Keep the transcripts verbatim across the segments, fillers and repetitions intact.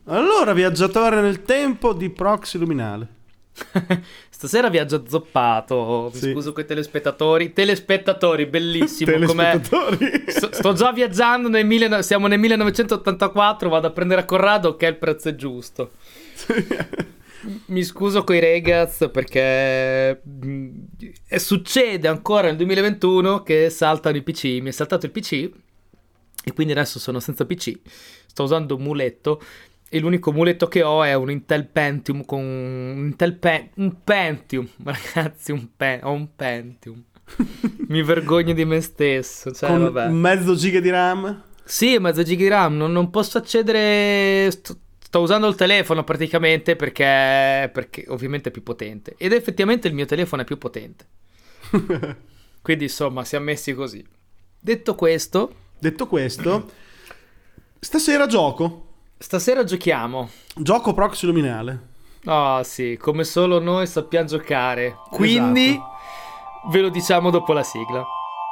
Allora, viaggiatore nel tempo di Proxy Luminale. Stasera viaggio zoppato. Mi Sì. scuso con i telespettatori. Telespettatori, bellissimo. Telespettatori. Com'è? Sto, sto già viaggiando nel mille, siamo nel millenovecentottantaquattro. Vado a prendere a Corrado che è il prezzo giusto. Mi scuso coi ragazzi perché mh, e succede ancora nel duemilaventuno che saltano i P C. Mi è saltato il P C e quindi adesso sono senza P C. Sto usando un muletto. E l'unico muletto che ho è un Intel Pentium con un Intel Pen- un Pentium, ragazzi, un pe- ho un Pentium. Mi vergogno di me stesso, cioè, Con vabbè. mezzo giga di RAM? Sì, mezzo giga di RAM, non, non posso accedere, sto, sto usando il telefono praticamente perché, perché ovviamente è più potente. Ed effettivamente il mio telefono è più potente. Quindi insomma, siamo messi così. Detto questo... Detto questo, stasera gioco. Stasera giochiamo. Gioco Proxy Luminale. Ah sì, come solo noi sappiamo giocare. Quindi Esatto. ve lo diciamo dopo la sigla.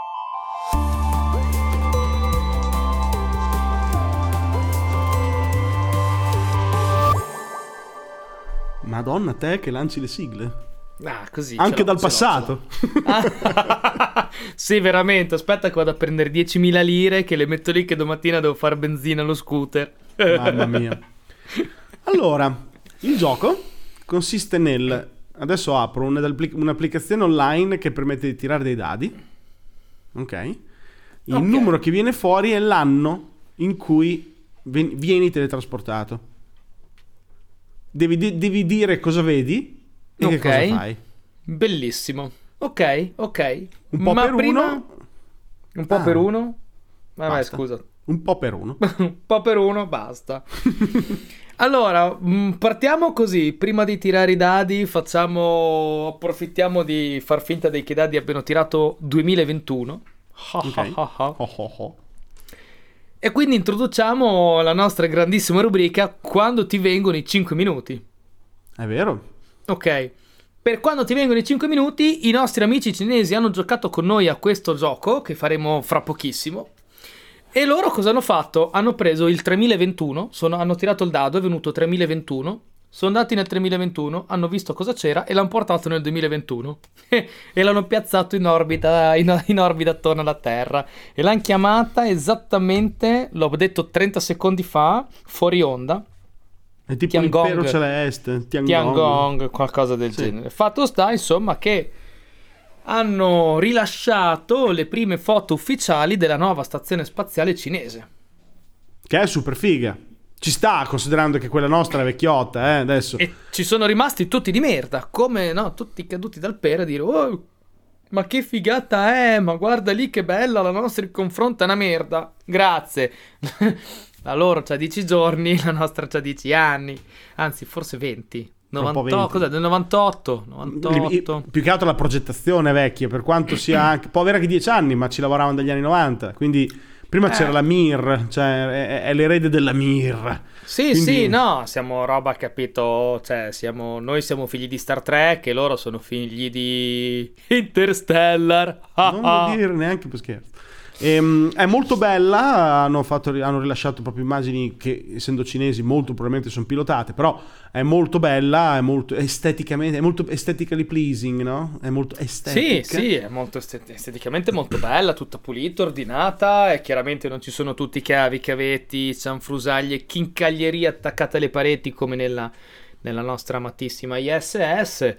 Madonna, te che lanci le sigle. Ah, così. Anche ce l'ho, dal ce l'ho, passato. ce l'ho. Sì, veramente. Aspetta che vado a prendere diecimila lire che le metto lì che domattina devo fare benzina allo scooter. Mamma mia. Allora, il gioco consiste nel... Adesso apro un'applicazione online che permette di tirare dei dadi. Ok? Il Ok. numero che viene fuori è l'anno in cui ven- vieni teletrasportato. Devi, di- devi dire cosa vedi e Ok. che cosa fai. Bellissimo. Ok, ok. Un po' Ma per prima... uno. Un po' Ah. per uno? Vabbè, Basta. scusa. Un po' per uno. Un po' per uno, basta. Allora, mh, partiamo così. Prima di tirare i dadi, facciamo. Approfittiamo di far finta che i dadi abbiano tirato duemilaventuno. Ok. Oh, oh, oh. E quindi introduciamo la nostra grandissima rubrica quando ti vengono i cinque minuti. È vero? Ok. Per quando ti vengono i cinque minuti, i nostri amici cinesi hanno giocato con noi a questo gioco che faremo fra pochissimo. E loro cosa hanno fatto? Hanno preso il tremilaventuno, sono, hanno tirato il dado, è venuto tremilaventuno, sono andati nel tremilaventuno, hanno visto cosa c'era e l'hanno portato nel duemilaventuno e l'hanno piazzato in orbita, in, in orbita attorno alla Terra e l'hanno chiamata esattamente, l'ho detto trenta secondi fa, fuori onda, È tipo Tiangong. l'impero celeste. Tiangong. Tiangong, qualcosa del Sì. genere. Fatto sta, insomma, che hanno rilasciato le prime foto ufficiali della nuova stazione spaziale cinese. Che è super figa. Ci sta, considerando che quella nostra è vecchiotta, eh, adesso. E ci sono rimasti tutti di merda, come no, tutti caduti dal pero a dire oh, ma che figata è, ma guarda lì che bella, la nostra in confronto è una merda. Grazie. La loro c'ha dieci giorni, la nostra c'ha dieci anni, anzi forse venti. novantotto, venti. cos'è? Del novantotto? novantotto. Più che altro la progettazione è vecchia, per quanto sia anche... Può avere anche dieci anni, ma ci lavoravano dagli anni novanta, quindi... Prima Eh. c'era la Mir, cioè è, è l'erede della Mir. Sì, Quindi- sì, no, siamo roba, capito, cioè siamo, noi siamo figli di Star Trek e loro sono figli di Interstellar. Ah, Non ah. lo dire neanche per scherzo. Ehm, è molto bella, hanno, fatto, hanno rilasciato proprio immagini che, essendo cinesi, molto probabilmente sono pilotate, però è molto bella, è molto esteticamente, è molto aesthetically pleasing, no? È molto Sì, estetica. sì, è molto estet- esteticamente molto bella, tutta pulita, ordinata e chiaramente non ci sono tutti cavi, cavetti, cianfrusaglie, chincaglierie attaccate alle pareti come nella, nella nostra amatissima I S S.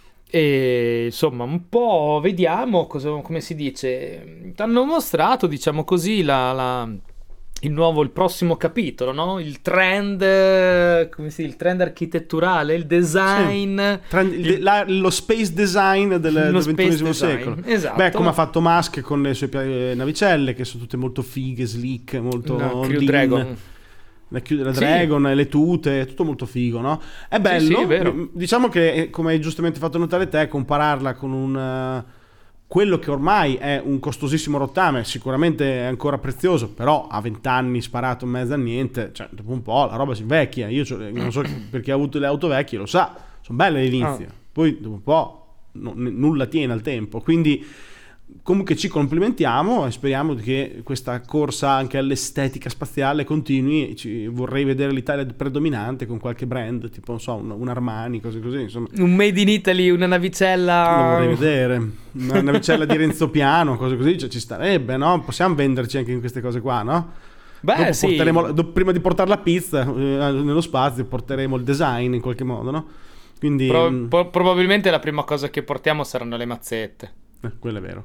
E insomma un po' vediamo cosa, come si dice, hanno mostrato, diciamo così, la, la- il nuovo, il prossimo capitolo, no? Il trend, eh, come si dice, il trend architetturale, il design. Trend- il- la- lo space design del, del Lo space ventunesimo design, secolo. esatto. Beh, come ha fatto Musk con le sue pia- navicelle, che sono tutte molto fighe, slick, molto No, Crew lean. Dragon. La, Crew- la Sì. Dragon, le tute, è tutto molto figo, no? È bello. sì, è vero. M- Diciamo che, eh, come hai giustamente fatto notare te, compararla con un... eh, quello che ormai è un costosissimo rottame, sicuramente è ancora prezioso, però a venti anni sparato in mezzo a niente, cioè dopo un po' la roba si invecchia. Io c'ho- non so per chi ha avuto le auto vecchie lo sa, sono belle all'inizio, Ah. poi dopo un po' no- n- nulla tiene al tempo, quindi comunque ci complimentiamo e speriamo che questa corsa anche all'estetica spaziale continui. Ci, vorrei vedere l'Italia predominante con qualche brand, tipo non so, un, un Armani, cose così, insomma. Un Made in Italy, una navicella. Lo vorrei vedere, una navicella di Renzo Piano, cose così, cioè, ci starebbe, no? Possiamo venderci anche in queste cose qua, no? Beh, Dopo sì. porteremo, do, prima di portare la pizza eh, nello spazio, porteremo il design in qualche modo, no? Quindi Pro, mh, pro, probabilmente la prima cosa che portiamo saranno le mazzette. Eh, quello è vero.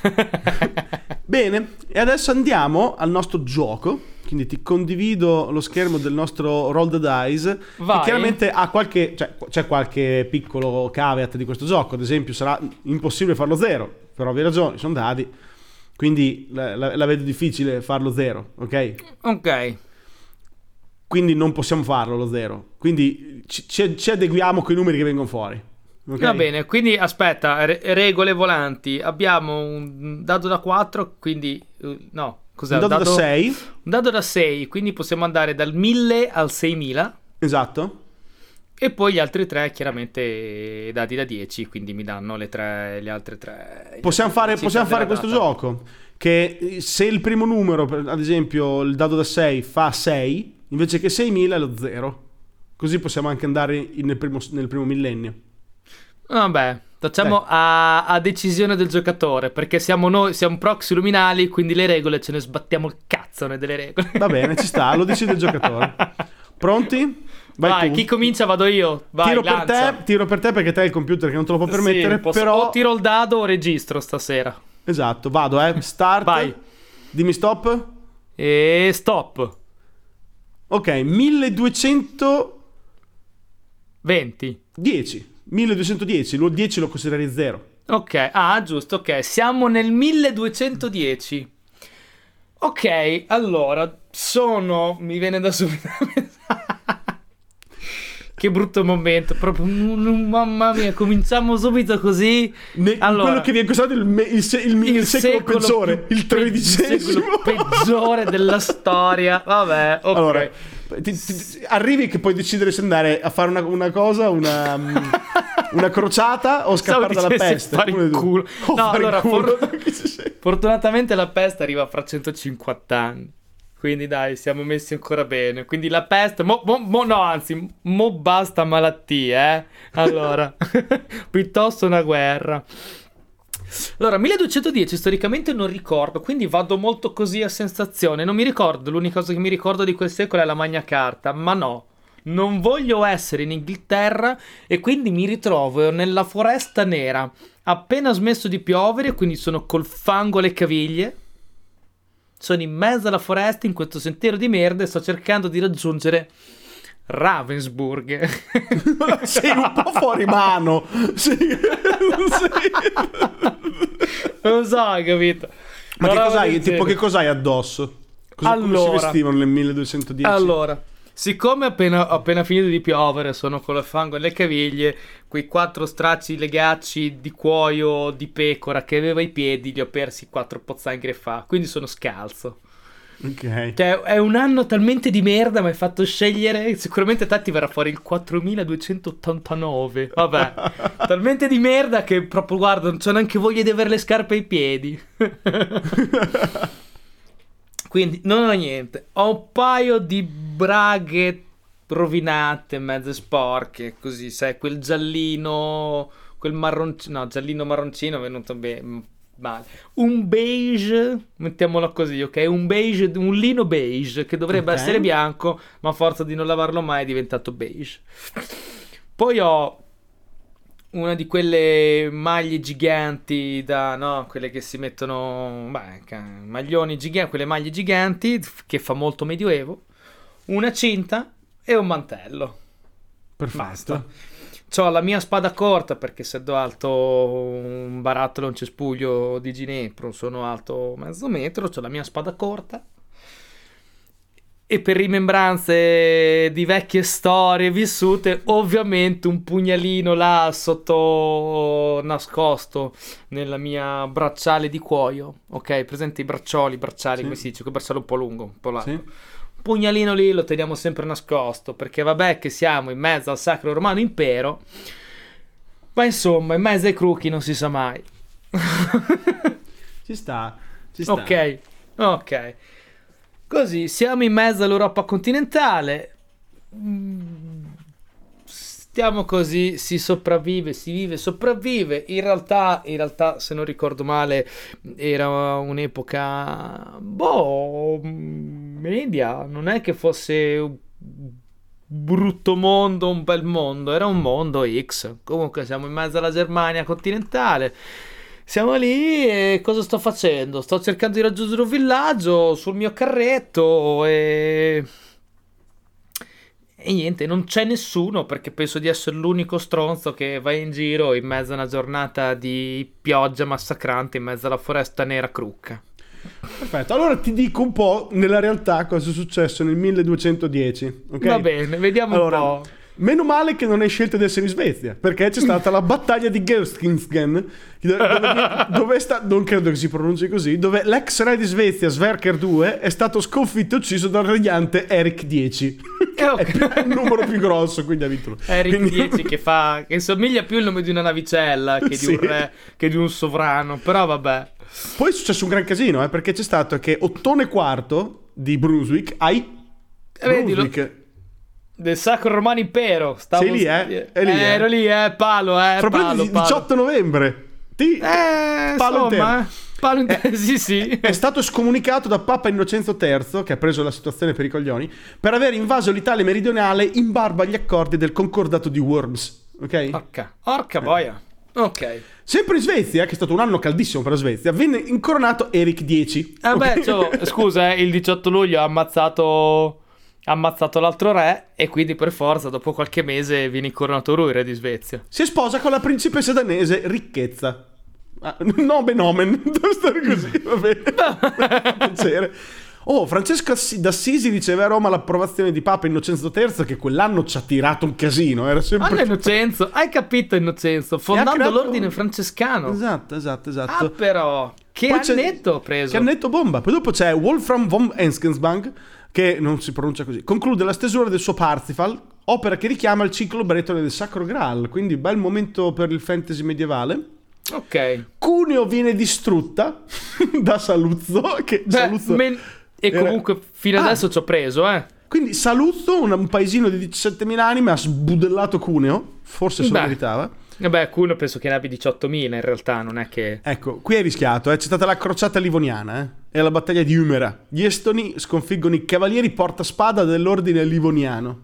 Bene, e adesso andiamo al nostro gioco. Quindi ti condivido lo schermo del nostro Roll the Dice. Vai. Che chiaramente ha qualche, cioè, c'è qualche piccolo caveat di questo gioco. Ad esempio, sarà impossibile farlo zero. Per ovvie ragioni, sono dadi. Quindi la, la, la vedo difficile farlo zero, ok? Ok. Quindi non possiamo farlo lo zero. Quindi ci, ci, ci adeguiamo con i numeri che vengono fuori. Okay. Va bene, quindi aspetta, re- regole volanti. Abbiamo un dado da quattro, quindi uh, no, cos'è? Un dado, dado da sei. Un dado da sei, quindi possiamo andare dal mille al seimila. Esatto. E poi gli altri tre chiaramente dati da dieci, quindi mi danno le tre, le altre tre. Possiamo fare, possiamo fare questo data. gioco che se il primo numero, ad esempio il dado da sei, fa sei, invece che seimila è lo zero. Così possiamo anche andare nel primo, nel primo millennio. Vabbè, facciamo a, a decisione del giocatore, perché siamo noi, siamo proxy luminali, quindi le regole ce ne sbattiamo il cazzone delle regole. Va bene, ci sta, lo decide il giocatore. Pronti? Vai, Vai, tu. chi comincia vado io. Vai, tiro lancia. per te, tiro per te perché te hai il computer che non te lo può permettere, Sì, posso- però o tiro il dado o registro stasera. esatto, vado, eh. Start. Vai. Dimmi stop. E stop. Ok, milleduecentodieci. venti. milleduecentodieci, lo dieci lo consideri zero. Ok, ah giusto, ok, siamo nel milleduecentodieci. Ok, allora, sono, mi viene da subito che brutto momento, proprio, mamma mia, cominciamo subito così. Ne, allora, quello che vi è costato il, me- il, se- il, il, il secolo, secolo peggiore, più- il tredicesimo. il secolo peggiore della storia, vabbè, ok. Allora, ti, ti, arrivi che puoi decidere se andare a fare una, una cosa, una, una crociata o scappare dalla peste. Fare il culo. O No, fare allora, il culo. for- fortunatamente la peste arriva fra centocinquanta anni. Quindi dai, siamo messi ancora bene. Quindi la peste, mo, mo, mo no, anzi, mo basta malattie, eh. Allora, piuttosto una guerra. Allora, milleduecentodieci storicamente non ricordo, quindi vado molto così a sensazione. Non mi ricordo, l'unica cosa che mi ricordo di quel secolo è la Magna Carta, ma no. Non voglio essere in Inghilterra e quindi mi ritrovo nella foresta nera. Appena smesso di piovere, quindi sono col fango alle caviglie. Sono in mezzo alla foresta in questo sentiero di merda e sto cercando di raggiungere Ravensburg. Sei un po' fuori mano. Sì. Sì. Non lo so, hai capito? Ma Però che cos'hai? insieme. Tipo che cos'hai addosso? Cosa, Allora. come si vestivano nel milleduecentodieci? Allora, siccome appena, ho appena finito di piovere, sono con il fango alle caviglie, quei quattro stracci legacci di cuoio di pecora che aveva ai piedi, li ho persi quattro pozzanghere fa, quindi sono scalzo. Ok. Cioè, è un anno talmente di merda, mi hai fatto scegliere. Sicuramente a te ti verrà fuori il quattromiladuecentottantanove. Vabbè, talmente di merda che proprio, guarda, non c'ho neanche voglia di avere le scarpe ai piedi. Quindi non ho niente. Ho un paio di braghe rovinate, mezze sporche, così, sai, quel giallino, quel marroncino, no, giallino marroncino è venuto bene. Male. Un beige, mettiamolo così, ok? Un beige, un lino beige che dovrebbe Ok. essere bianco, ma a forza di non lavarlo mai è diventato beige. Poi ho una di quelle maglie giganti da, no, quelle che si mettono, beh, ca- maglioni giganti, quelle maglie giganti che fa molto medioevo, una cinta e un mantello. Perfetto. Basta. C'ho la mia spada corta perché essendo alto un barattolo, un cespuglio di ginepro, sono alto mezzo metro, c'ho la mia spada corta e per rimembranze di vecchie storie vissute, ovviamente un pugnalino là sotto nascosto nella mia bracciale di cuoio, ok? Presente i braccioli, bracciali, Sì. come si dice, quel bracciale un po' lungo, un po' largo. Sì. Pugnalino lì lo teniamo sempre nascosto perché vabbè che siamo in mezzo al Sacro Romano Impero, ma insomma in mezzo ai crucchi non si sa mai. ci sta, ci sta. Ok, ok. Così, siamo in mezzo all'Europa continentale. Stiamo così, si sopravvive, si vive, sopravvive. In realtà, in realtà, se non ricordo male, era un'epoca, boh, media. Non è che fosse un brutto mondo, un bel mondo. Era un mondo X. Comunque siamo in mezzo alla Germania continentale. Siamo lì e cosa sto facendo? Sto cercando di raggiungere un villaggio sul mio carretto e... E niente, non c'è nessuno perché penso di essere l'unico stronzo che va in giro in mezzo a una giornata di pioggia massacrante in mezzo alla foresta nera crucca. Perfetto, allora ti dico un po' nella realtà cosa è successo nel milleduecentodieci. Okay? Va bene, vediamo allora, un po'. Meno male che non hai scelto di essere in Svezia, perché c'è stata la battaglia di Gerstingen, dove, dove sta, non credo che si pronunci così, dove l'ex re di Svezia, Sverker due, è stato sconfitto e ucciso dal regnante Erik dieci. Eh, okay. È più, un numero più grosso, quindi ha vinto. Erik quindi... dieci che fa, che somiglia più al nome di una navicella che di sì. un re, che di un sovrano, però vabbè. Poi è successo un gran casino, eh, perché c'è stato che Ottone quarto di Brunswick ai Brunswick... Vedi, del Sacro Romano Impero. Stavo... Sei lì, eh? È lì, eh, eh? Ero lì, eh, palo, eh, Fra palo, di palo. diciotto novembre. Ti... Eh, palo insomma, intero. eh, palo intero, sì, sì. È stato scomunicato da Papa Innocenzo terzo, che ha preso la situazione per i coglioni, per aver invaso l'Italia meridionale in barba agli accordi del concordato di Worms. Ok? Orca, orca boia. Ok. Sempre in Svezia, che è stato un anno caldissimo per la Svezia, venne incoronato Erik dieci. Eh beh, okay? cioè, scusa, eh, il diciotto luglio ha ammazzato... ha ammazzato l'altro re e quindi per forza dopo qualche mese viene incoronato lui re di Svezia. Si sposa con la principessa danese Ricchezza. Ah, nomen omen, devo stare così, va bene. Piacere. Oh, Francesco d'Assisi riceve a Roma l'approvazione di Papa Innocenzo terzo, che quell'anno ci ha tirato un casino. Era sempre... Ah, Innocenzo, hai capito Innocenzo, fondando creato... l'ordine francescano. Esatto, esatto, esatto. Ah però, che Poi annetto ho preso. Che annetto bomba. Poi dopo c'è Wolfram von Enzensbank, che non si pronuncia così, conclude la stesura del suo Parsifal, opera che richiama il ciclo bretone del Sacro Graal, quindi bel momento per il fantasy medievale. Ok. Cuneo viene distrutta da Saluzzo, che Beh, Saluzzo men- e era... comunque fino ah, adesso ci ho preso, eh. Quindi Saluzzo, un, un paesino di diciassettemila anime, ha sbudellato Cuneo, forse se lo Beh. meritava. Vabbè, Cuno penso che ne abbia diciottomila in realtà, non è che... Ecco, qui è rischiato, eh. C'è stata la crociata livoniana, eh. E la battaglia di Umera. Gli estoni sconfiggono i cavalieri portaspada dell'ordine livoniano.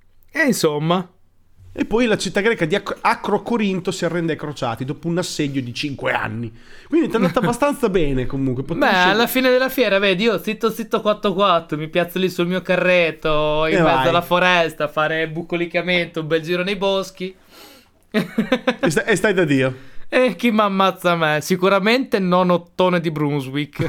E insomma... E poi la città greca di Ac- Acrocorinto si arrende ai crociati dopo un assedio di cinque anni. Quindi è andata abbastanza bene comunque. Beh, Potevi alla fine della fiera, vedi, io zitto zitto quattro quattro, mi piazzo lì sul mio carretto, in E mezzo vai. alla foresta, a fare bucolicamento, un bel giro nei boschi. E stai, e stai da Dio. E chi mi ammazza me? Sicuramente non Ottone di Brunswick.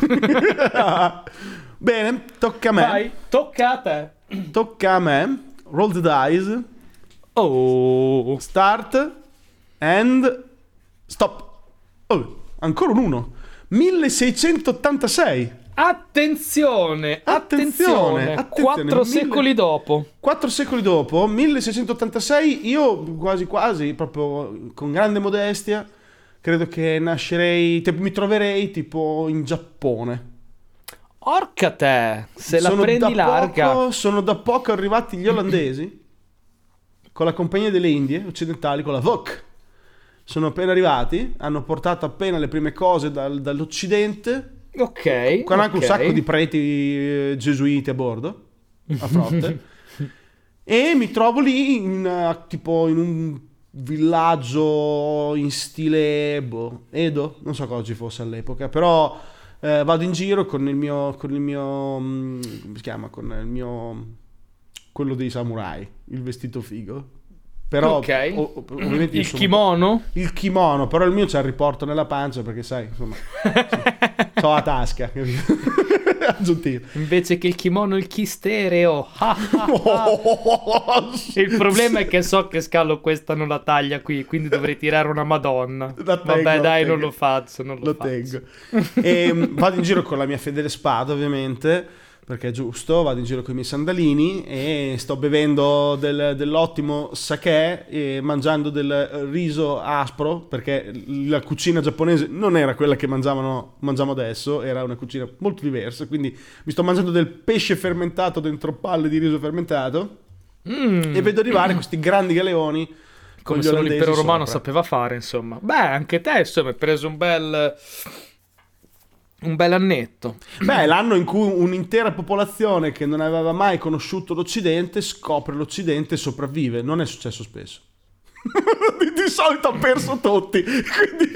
Bene, tocca a me. Vai, tocca a te. Tocca a me. Roll the dice. Oh. Start. And. Stop. Oh, ancora un uno. milleseicentottantasei. Attenzione, Attenzione, attenzione. attenzione, Quattro mille- secoli dopo. Quattro secoli dopo, milleseicentottantasei, io quasi quasi, proprio con grande modestia, credo che nascerei, te- mi troverei tipo in Giappone. Orca te, se la Sono prendi da larga. poco- sono da poco arrivati gli olandesi, con la Compagnia delle Indie Occidentali, con la V O C. Sono appena arrivati, hanno portato appena le prime cose dal- dall'Occidente, Ok. con anche ok. un sacco di preti eh, gesuiti a bordo, a frotte. E mi trovo lì in, eh, tipo in un villaggio in stile boh, Edo, non so cosa ci fosse all'epoca, però eh, vado in giro con il mio con il mio mm, come si chiama, con il mio quello dei samurai, il vestito figo. Però Ok. o- o- ovviamente io Il sono- kimono? il kimono, però il mio c'ha il riporto nella pancia perché sai, insomma, c'ho la tasca, capito? Aggiuntivo. Invece che il kimono, il chi stereo. Ah, ah, ah. Il problema è che so che Scalo questa non la taglia qui, quindi dovrei tirare una Madonna. La tengo, Vabbè, la dai, tengo. non lo faccio, non lo, Lo faccio. tengo. E mm, vado in giro con la mia fedele spada, ovviamente. perché è giusto, vado in giro con i miei sandalini e sto bevendo del, dell'ottimo sake e mangiando del riso aspro, perché la cucina giapponese non era quella che mangiavano, mangiamo adesso, era una cucina molto diversa, quindi mi sto mangiando del pesce fermentato dentro palle di riso fermentato mm. e vedo arrivare questi grandi galeoni come se l'impero romano sapeva fare, insomma. Beh, anche te, insomma, hai preso un bel... un bel annetto. Beh, l'anno in cui un'intera popolazione che non aveva mai conosciuto l'Occidente scopre l'Occidente e sopravvive. Non è successo spesso. Di solito ha perso tutti. Quindi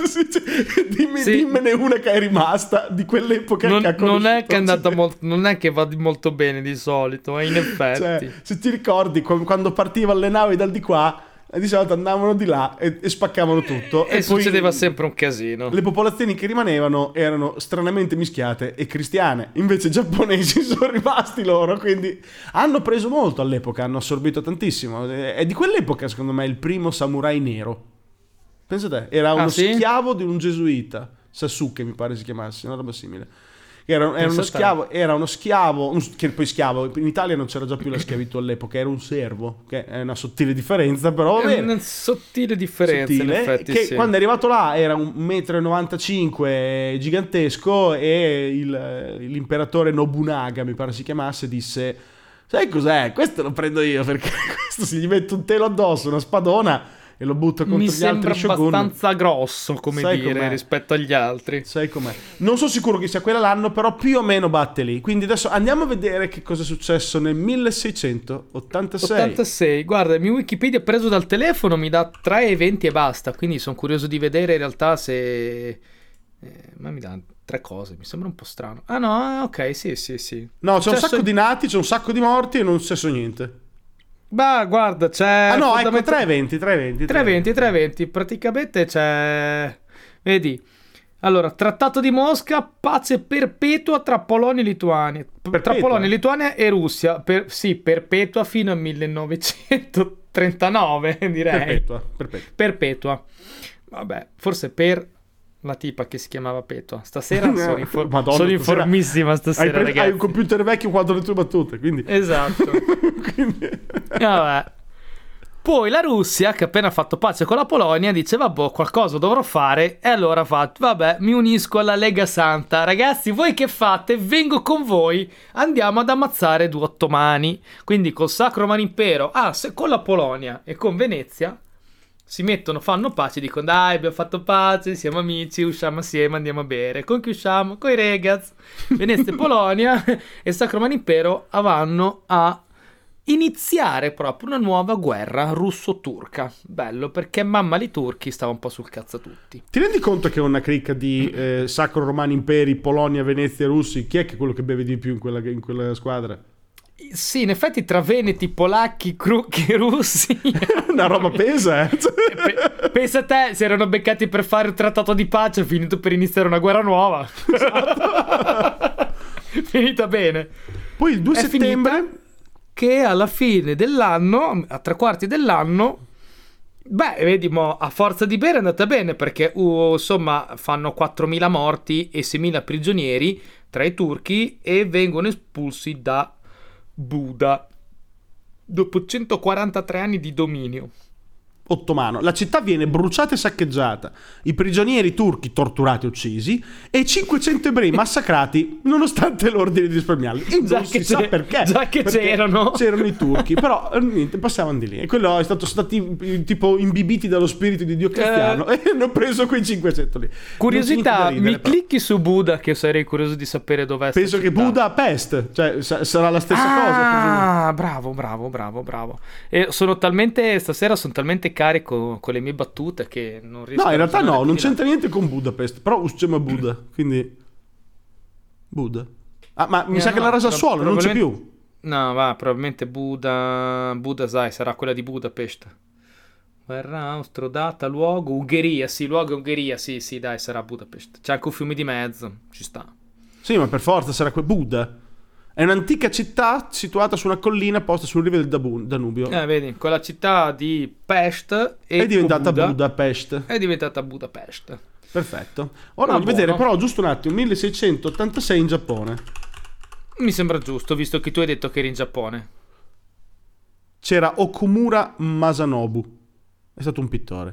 dimmi, sì. dimmene una che è rimasta di quell'epoca non, che ha conosciuto. Non è che è andata molto, non è che va molto bene di solito, eh, in effetti. Cioè, se ti ricordi quando partivano le navi dal di qua, di solito andavano di là e, e spaccavano tutto e, e succedeva poi sempre un casino. Le popolazioni che rimanevano erano stranamente mischiate e cristiane, invece i giapponesi sono rimasti loro, quindi hanno preso molto all'epoca, hanno assorbito tantissimo. È di quell'epoca secondo me il primo samurai nero, pensa te, era uno ah, sì? schiavo di un gesuita, Sasuke mi pare si chiamasse, una roba simile. Era, era, uno schiavo, era uno schiavo, un, che poi schiavo, in Italia non c'era già più la schiavitù all'epoca, era un servo, che è una sottile differenza, però è una sottile differenza, sottile, in effetti, che sì. Quando è arrivato là era un metro e novantacinque gigantesco e il, l'imperatore Nobunaga, mi pare si chiamasse, disse: sai cos'è? Questo lo prendo io, perché questo se gli metto un telo addosso, una spadona e lo butto contro mi gli altri shogun. Mi sembra abbastanza grosso, come Sai dire, com'è? rispetto agli altri. Sai com'è? Non sono sicuro che sia quella l'anno, però più o meno batte lì. Quindi adesso andiamo a vedere che cosa è successo nel milleseicentottantasei. ottantasei, guarda, il mio Wikipedia preso dal telefono mi dà tre eventi e basta, quindi sono curioso di vedere in realtà se... Eh, ma mi dà tre cose, mi sembra un po' strano. Ah no, ok, sì, sì, sì. No, c'è un sacco di nati, c'è un sacco di morti e non è successo niente. Beh, guarda, c'è... Ah no, ecco, tre eventi, tre eventi. tre eventi, tre eventi. Praticamente c'è... Vedi, allora, Trattato di Mosca, pace perpetua tra Polonia e Lituania. Perpetua. Tra Polonia, Lituania e Russia. Per... Sì, perpetua fino al millenovecentotrentanove, direi. Perpetua, perpetua. Perpetua. Vabbè, forse per... la tipa che si chiamava Petua. Stasera sono, infor- Madonna, sono informissima stasera, hai, preso, ragazzi. Hai un computer vecchio quando le tue battute, quindi... Esatto. quindi... Vabbè. Poi la Russia, che ha appena fatto pace con la Polonia, dice vabbè, qualcosa dovrò fare, e allora fa, vabbè, mi unisco alla Lega Santa. Ragazzi, voi che fate? Vengo con voi, andiamo ad ammazzare due ottomani. Quindi col Sacro Romano Impero, ah, se con la Polonia e con Venezia si mettono, fanno pace, dicono dai, abbiamo fatto pace, siamo amici, usciamo assieme, andiamo a bere. Con chi usciamo? Con i Regaz. Venezia e Polonia e Sacro Romano Impero vanno a iniziare proprio una nuova guerra russo-turca. Bello, perché mamma li turchi stava un po' sul cazzo a tutti. Ti rendi conto che è una cricca di eh, Sacro Romano Imperi, Polonia, Venezia e Russi? Chi è che è quello che beve di più in quella, in quella squadra? Sì, in effetti tra veneti, polacchi, crucchi e russi una roba pesa, eh? P- pensa a te, si erano beccati per fare un trattato di pace, finito per iniziare una guerra nuova. Esatto. Finita bene. Poi il due è settembre che alla fine dell'anno, a tre quarti dell'anno, beh, vedi, mo, a forza di bere è andata bene, perché uh, insomma fanno quattromila morti e seimila prigionieri tra i turchi e vengono espulsi da Buda dopo centoquarantatré anni di dominio ottomano. La città viene bruciata e saccheggiata, i prigionieri turchi torturati e uccisi e cinquecento ebrei massacrati nonostante l'ordine di risparmiarli. E già non che si sa perché. Già che perché c'erano. C'erano i turchi, però niente, passavano di lì. E quello è stato stati tipo imbibiti dallo spirito di Dio cristiano eh, e hanno preso quei cinquecento lì. Curiosità, ridere, mi però. Clicchi su Buda, che sarei curioso di sapere dov'è. Penso che Budapest, cioè sarà la stessa ah, cosa. Ah, bravo, bravo, bravo, bravo. E sono talmente, stasera sono talmente carico con le mie battute che non riesco no, a in realtà no, non c'entra niente con Budapest, però usiamo Buda, quindi Buda. Ah, ma mi eh, sa no, che la rasa al suolo non c'è più. No, va, probabilmente Buda, Buda, sai, sarà quella di Budapest. Guerra austro, data, luogo, Ungheria, sì, luogo Ungheria, sì, sì, dai, sarà Budapest. C'è anche un fiume di mezzo, ci sta. Sì, ma per forza sarà quel Buda. È un'antica città situata su una collina posta sul rive del Danubio. Eh, vedi, quella città di Pest e è diventata Buda, Budapest. È diventata Budapest. Perfetto. Ora voglio vedere però giusto un attimo, milleseicentottantasei in Giappone. Mi sembra giusto, visto che tu hai detto che eri in Giappone. C'era Okumura Masanobu. È stato un pittore.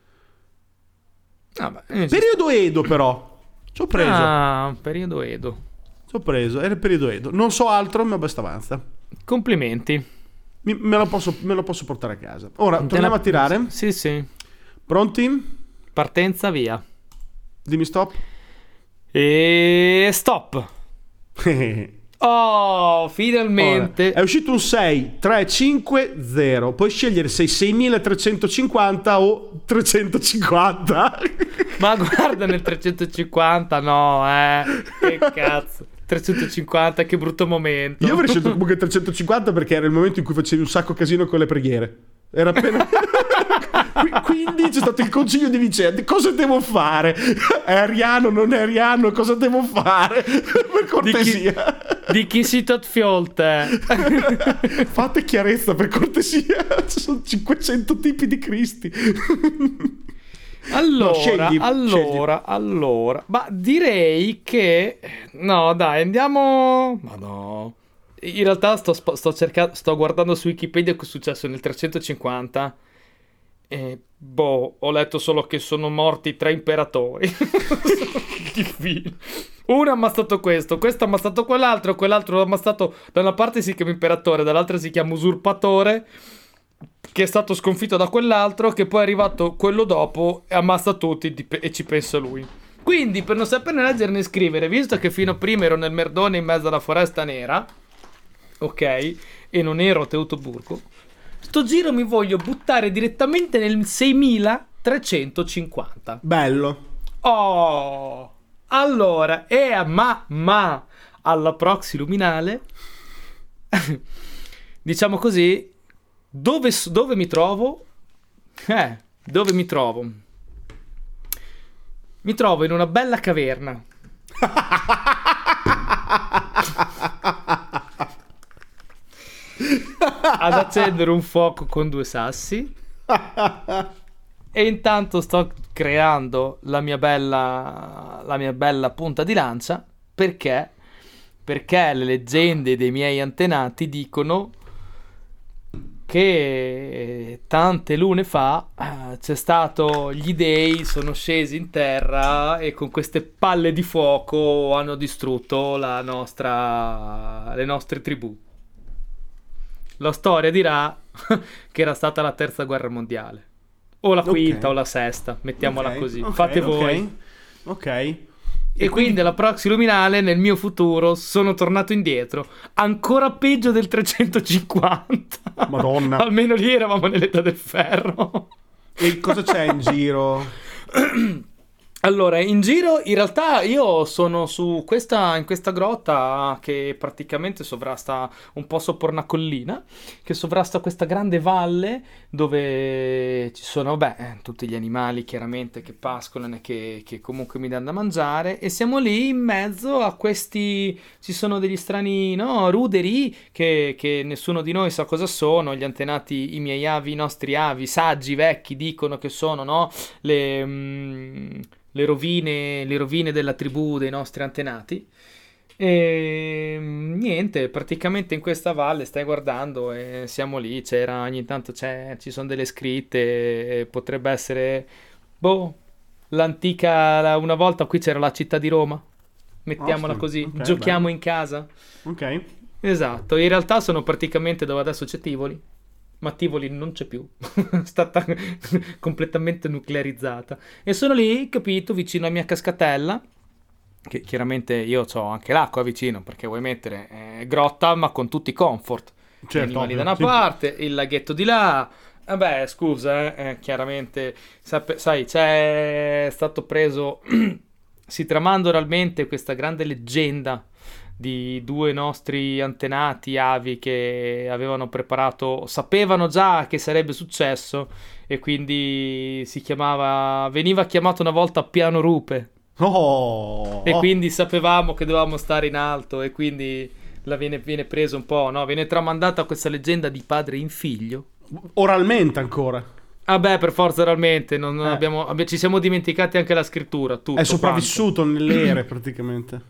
Ah, beh, periodo Edo, però. Ci ho preso. Ah, periodo Edo. Ci ho preso, era il periodo Edo. Non so altro, ma basta avanza. Complimenti. Mi, me, lo posso, me lo posso portare a casa. Ora, torniamo a tirare. Sì, sì. Pronti? Partenza, via. Dimmi stop. E stop. Oh, finalmente. Ora, è uscito un sei, tre, cinque, zero. Puoi scegliere se seimilatrecentocinquanta o trecentocinquanta. Ma guarda nel trecentocinquanta, no, eh. Che cazzo. trecentocinquanta, che brutto momento. Io avrei scelto comunque trecentocinquanta perché era il momento in cui facevi un sacco casino con le preghiere. Era appena... Quindi c'è stato il concilio di Nicea. Cosa devo fare? È ariano, non è ariano? Cosa devo fare? Per cortesia. Di chi, di chi si tot fiolte? Fate chiarezza, per cortesia. Ci sono cinquecento tipi di Cristi. Allora, no, scegli, allora, scegli. allora. Ma direi che... No, dai, andiamo... Ma no... In realtà sto, sto, cercando, sto guardando su Wikipedia cosa è successo nel trecentocinquanta e boh, ho letto solo che sono morti tre imperatori. Di fine. Uno ha ammazzato questo, questo ha ammazzato quell'altro, quell'altro ha ammazzato... Da una parte si chiama imperatore, dall'altra si chiama usurpatore, che è stato sconfitto da quell'altro, che poi è arrivato quello dopo e ammazza tutti e ci pensa lui. Quindi, per non saperne leggere né scrivere, visto che fino a prima ero nel merdone in mezzo alla foresta nera, ok, e non ero a Teutoburgo, sto giro mi voglio buttare direttamente nel seimilatrecentocinquanta. Bello. Oh, allora, e a ma, ma alla proxy luminale, diciamo così, dove, dove mi trovo? Eh, dove mi trovo? Mi trovo in una bella caverna. Ad accendere un fuoco con due sassi e intanto sto creando la mia bella la mia bella punta di lancia. Perché? Perché le leggende dei miei antenati dicono che tante lune fa eh, c'è stato, gli dei sono scesi in terra e con queste palle di fuoco hanno distrutto la nostra le nostre tribù. La storia dirà che era stata la terza guerra mondiale, o la quinta, okay, o la sesta, mettiamola okay, così, okay, fate voi. Ok. E, e quindi, quindi alla proxy luminale nel mio futuro sono tornato indietro, ancora peggio del trecentocinquanta. Madonna. Almeno lì eravamo nell'età del ferro. E cosa c'è in giro? Allora, in giro in realtà io sono su questa, in questa grotta che praticamente sovrasta un po' sopra una collina, che sovrasta questa grande valle dove ci sono, beh, tutti gli animali chiaramente che pascolano e che, che comunque mi danno da mangiare, e siamo lì in mezzo a questi, ci sono degli strani, no, ruderi che, che nessuno di noi sa cosa sono, gli antenati, i miei avi, i nostri avi, saggi, vecchi, dicono che sono, no, le... Mm, le rovine, le rovine della tribù dei nostri antenati. E niente, praticamente in questa valle stai guardando e siamo lì, c'era ogni tanto c'è, ci sono delle scritte, potrebbe essere boh, l'antica, una volta qui c'era la città di Roma, mettiamola Osti, così, okay, giochiamo bello. In casa. Ok. Esatto, in realtà sono praticamente dove adesso c'è Tivoli, ma Tivoli non c'è più, è stata completamente nuclearizzata, e sono lì, capito, vicino alla mia cascatella, che chiaramente io ho anche l'acqua vicino, perché vuoi mettere eh, grotta ma con tutti i comfort, Certo, gli animali da una sì. parte, il laghetto di là. Vabbè, scusa, eh, eh, chiaramente sape- sai, c'è stato preso si tramanda oralmente questa grande leggenda di due nostri antenati avi che avevano preparato, sapevano già che sarebbe successo, e quindi si chiamava, veniva chiamato una volta Piano Rupe. Oh, E oh. quindi sapevamo che dovevamo stare in alto, e quindi la viene, viene preso un po', no? Viene tramandata questa leggenda di padre in figlio. Oralmente ancora. Ah beh, per forza realmente, non, non Eh. abbiamo, abbi- ci siamo dimenticati anche la scrittura, tutto È sopravvissuto quanto. nelle ere praticamente.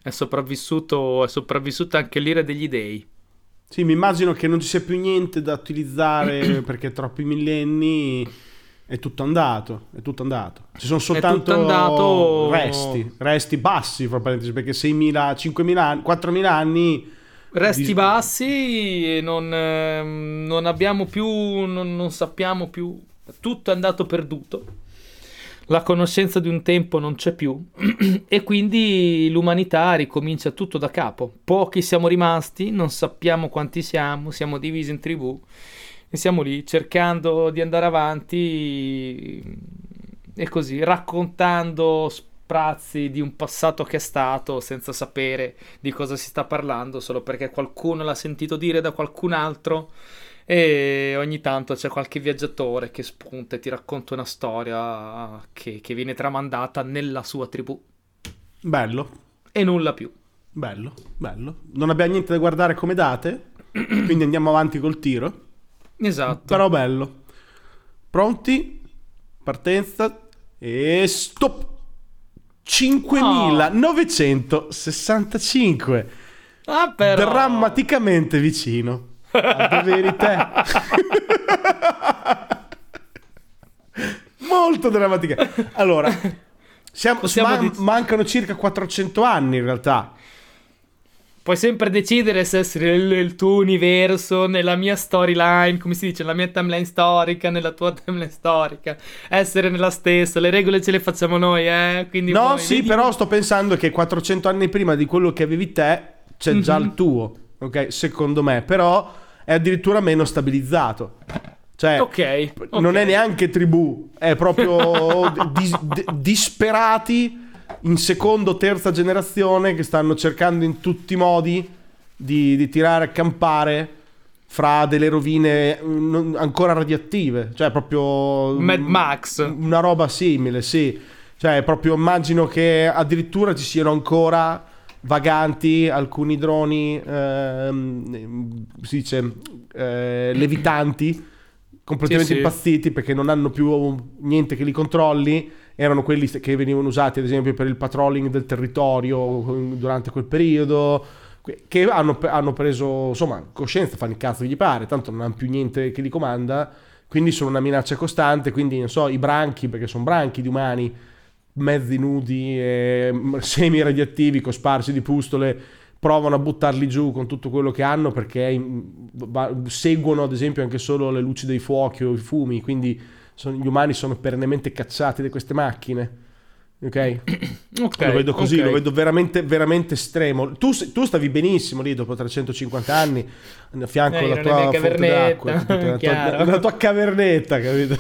è sopravvissuto, è sopravvissuta anche l'ira degli dei. Sì, mi immagino che non ci sia più niente da utilizzare perché troppi millenni è tutto andato, è tutto andato. Ci sono soltanto andato... resti, resti bassi, fra parentesi, perché seimila, cinquemila anni, quattromila anni... Resti di... bassi, non, non abbiamo più, non, non sappiamo più, tutto è andato perduto. La conoscenza di un tempo non c'è più e quindi l'umanità ricomincia tutto da capo. Pochi siamo rimasti, non sappiamo quanti siamo, siamo divisi in tribù e siamo lì cercando di andare avanti e così, raccontando sprazzi di un passato che è stato senza sapere di cosa si sta parlando, solo perché qualcuno l'ha sentito dire da qualcun altro. E ogni tanto c'è qualche viaggiatore che spunta e ti racconta una storia che, che viene tramandata nella sua tribù. Bello. E nulla più. Bello, bello. Non abbiamo niente da guardare come date, quindi andiamo avanti col tiro. Esatto. Però bello. Pronti? Partenza e stop. cinquemilanovecentosessantacinque. Ah, però. Drammaticamente vicino. A verità. Molto drammatica. Allora, siamo, man- dic- mancano circa quattrocento anni in realtà. Puoi sempre decidere se essere il, il tuo universo, nella mia storyline, come si dice, nella mia timeline storica, nella tua timeline storica, essere nella stessa, le regole ce le facciamo noi, eh? Quindi no, poi, sì, vedi... però sto pensando che quattrocento anni prima di quello che avevi te c'è mm-hmm. già il tuo, ok? Secondo me, però è addirittura meno stabilizzato. Cioè, okay, okay. non è neanche tribù, è proprio dis- d- disperati in secondo, terza generazione che stanno cercando in tutti i modi di, di tirare a campare fra delle rovine ancora radioattive. Cioè, proprio Mad Max. Una roba simile, sì. Cioè, proprio immagino che addirittura ci siano ancora vaganti alcuni droni ehm, si dice eh, levitanti completamente sì, impazziti sì. Perché non hanno più niente che li controlli. Erano quelli che venivano usati ad esempio per il patrolling del territorio durante quel periodo, che hanno, hanno preso insomma coscienza, fanno il cazzo che gli pare, tanto non hanno più niente che li comanda, quindi sono una minaccia costante. Quindi non so, i branchi, perché sono branchi di umani mezzi nudi e semi radioattivi cosparsi di pustole, provano a buttarli giù con tutto quello che hanno, perché seguono ad esempio anche solo le luci dei fuochi o i fumi, quindi sono, gli umani sono perennemente cacciati da queste macchine, ok? Okay, lo vedo così, okay. Lo vedo veramente veramente estremo. Tu, tu stavi benissimo lì dopo trecentocinquanta anni a fianco eh, alla tua fonte d'acqua, nella tua, nella tua cavernetta, capito?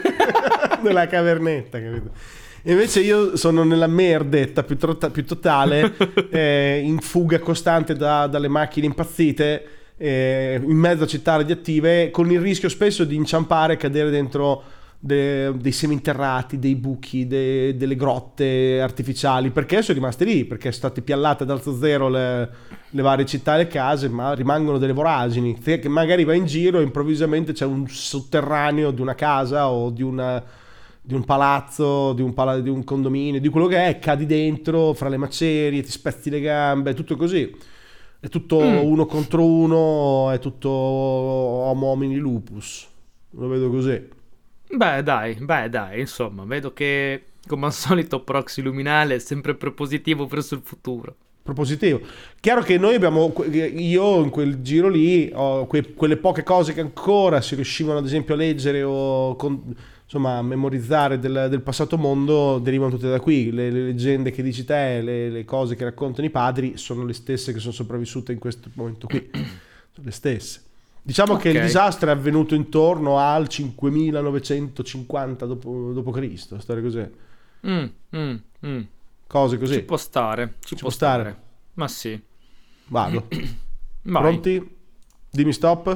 Nella cavernetta, capito? Invece io sono nella merdetta più, trota, più totale, eh, in fuga costante da, dalle macchine impazzite, eh, in mezzo a città radioattive, con il rischio spesso di inciampare e cadere dentro de, dei seminterrati, dei buchi, de, delle grotte artificiali, perché sono rimaste lì, perché sono state piallate ad alzo zero le, le varie città e le case, ma rimangono delle voragini, che magari vai in giro e improvvisamente c'è un sotterraneo di una casa o di una... di un palazzo, di un, pala- di un condominio, di quello che è, cadi dentro fra le macerie, ti spezzi le gambe, è tutto così. È tutto mm. uno contro uno, è tutto homo homini lupus. Lo vedo così. Beh, dai, beh, dai, insomma, vedo che come al solito Proxy Luminale è sempre propositivo verso il futuro. Propositivo. Chiaro che noi abbiamo, io in quel giro lì, ho que- quelle poche cose che ancora si riuscivano ad esempio a leggere o con, insomma memorizzare del, del passato mondo, derivano tutte da qui. Le, le leggende che dici te, le, le cose che raccontano i padri sono le stesse che sono sopravvissute in questo momento qui. Sono le stesse. Diciamo okay. Che il disastro è avvenuto intorno al cinquemilanovecentocinquanta dopo, dopo Cristo, storia così. Mm, mm, mm. Cose così. Ci può stare, ci, ci può stare. stare. Ma sì. Vado. Pronti? Dimmi stop.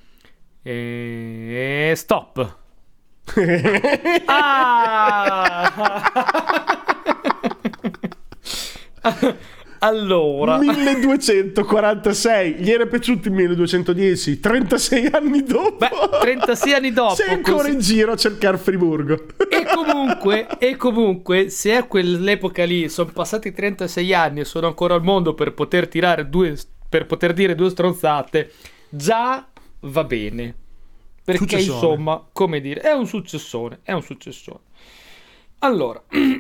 E stop. ah! Allora, milleduecentoquarantasei, gli era piaciuto il milleduecentodieci, trentasei anni dopo. Beh, trentasei anni dopo. Sei ancora così... in giro a cercare Friburgo. E comunque, e comunque, se a quell'epoca lì sono passati trentasei anni e sono ancora al mondo per poter tirare due, per poter dire due stronzate, già va bene. Perché Successone. insomma, come dire, è un successone, è un successone. Allora,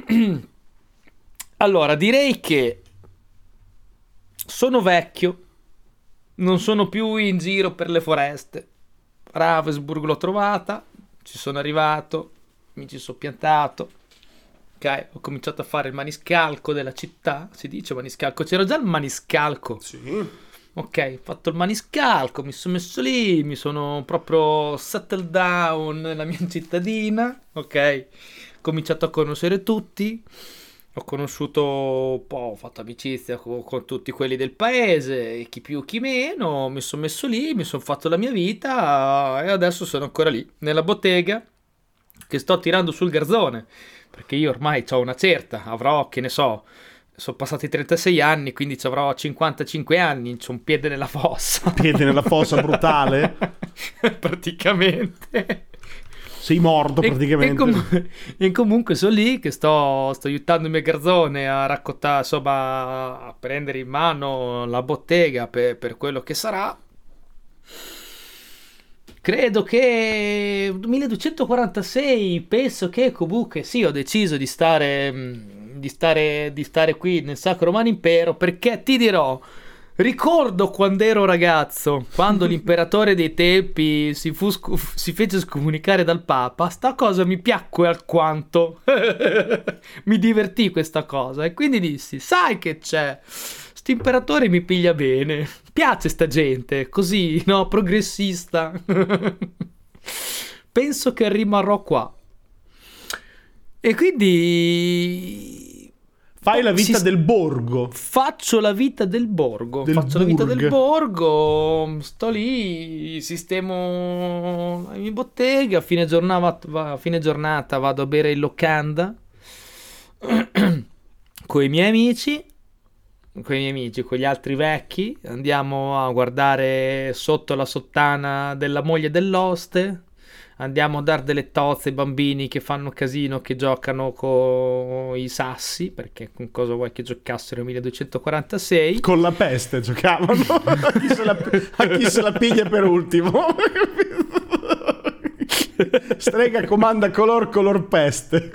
allora direi che sono vecchio, non sono più in giro per le foreste. Ravensburg l'ho trovata, ci sono arrivato, mi ci sono piantato, ok, ho cominciato a fare il maniscalco della città, si dice maniscalco, c'era già il maniscalco, Sì. ok, ho fatto il maniscalco, mi sono messo lì, mi sono proprio settled down nella mia cittadina, ok, ho cominciato a conoscere tutti, ho conosciuto un po', ho fatto amicizia con, con tutti quelli del paese, chi più chi meno, mi sono messo lì, mi sono fatto la mia vita e adesso sono ancora lì, nella bottega, che sto tirando sul garzone, perché io ormai ho una certa, avrò, che ne so, sono passati trentasei anni, quindi ci avrò cinquantacinque anni, c'ho un piede nella fossa. Piede nella fossa brutale? Praticamente. Sei morto E, praticamente. e, com- e comunque sono lì che sto, sto aiutando il mio garzone a raccontare, insomma, a prendere in mano la bottega per, per quello che sarà. Credo che milleduecentoquarantasei, penso che comunque sì, ho deciso di stare, mh, di stare, di stare qui nel Sacro Romano Impero, perché ti dirò, ricordo quando ero ragazzo, quando l'imperatore dei tempi si, fu scu- si fece scomunicare dal Papa, sta cosa mi piacque alquanto, mi divertì questa cosa e quindi dissi, sai che c'è, st'imperatore mi piglia bene, piace sta gente, così, no, progressista, penso che rimarrò qua. E quindi... Fai la vita Si- del borgo. Faccio la vita del borgo. Del Faccio la vita burg. del borgo. Sto lì, sistemo la mia bottega. A fine giornata, a fine giornata vado a bere il locanda con i miei amici. Con i miei amici, con gli altri vecchi. Andiamo a guardare sotto la sottana della moglie dell'oste. Andiamo a dare delle tozze ai bambini che fanno casino, che giocano con i sassi, perché con cosa vuoi che giocassero nel milleduecentoquarantasei? Con la peste giocavano. a, chi se la, a chi se la piglia per ultimo. Strega comanda color color peste.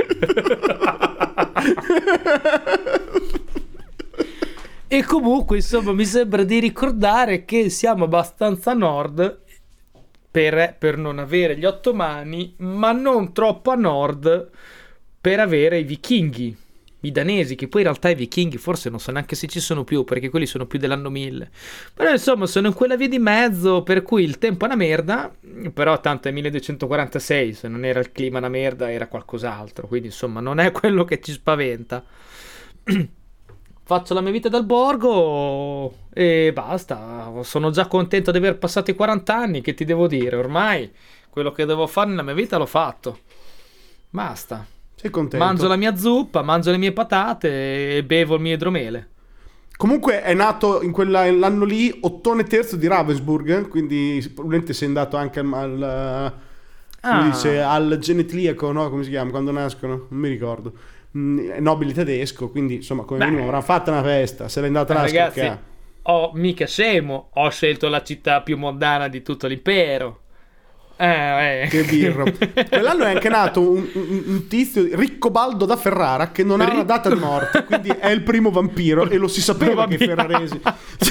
E comunque, insomma, mi sembra di ricordare che siamo abbastanza a nord per, per non avere gli ottomani, ma non troppo a nord per avere i vichinghi, i danesi, che poi in realtà i vichinghi forse non so neanche se ci sono più, perché quelli sono più dell'anno mille. Però insomma sono in quella via di mezzo, per cui il tempo è una merda, però tanto è milleduecentoquarantasei, se non era il clima una merda era qualcos'altro, quindi insomma non è quello che ci spaventa. Faccio la mia vita dal borgo e basta. Sono già contento di aver passato i quaranta anni. Che ti devo dire? Ormai quello che devo fare nella mia vita l'ho fatto. Basta. Sei contento? Mangio la mia zuppa, mangio le mie patate e bevo il mio idromele. Comunque è nato in quell'anno lì Ottone terzo di Ravensburg, quindi probabilmente sei andato anche al, al, come Ah. dice, al genetriaco, no? Come si chiama? Quando nascono? Non mi ricordo. Mm, è nobile tedesco, quindi insomma come Beh. minimo avrà fatta una festa, se l'è andata là a Ragazzi, scoccare. ho mica scemo. Ho scelto la città più mondana di tutto l'impero. Eh, eh. Che birro. Quell'anno è anche nato un, un, un tizio, Riccobaldo da Ferrara, che non ha una Ricco- data di morte, quindi è il primo vampiro e lo si sapeva che i ferraresi.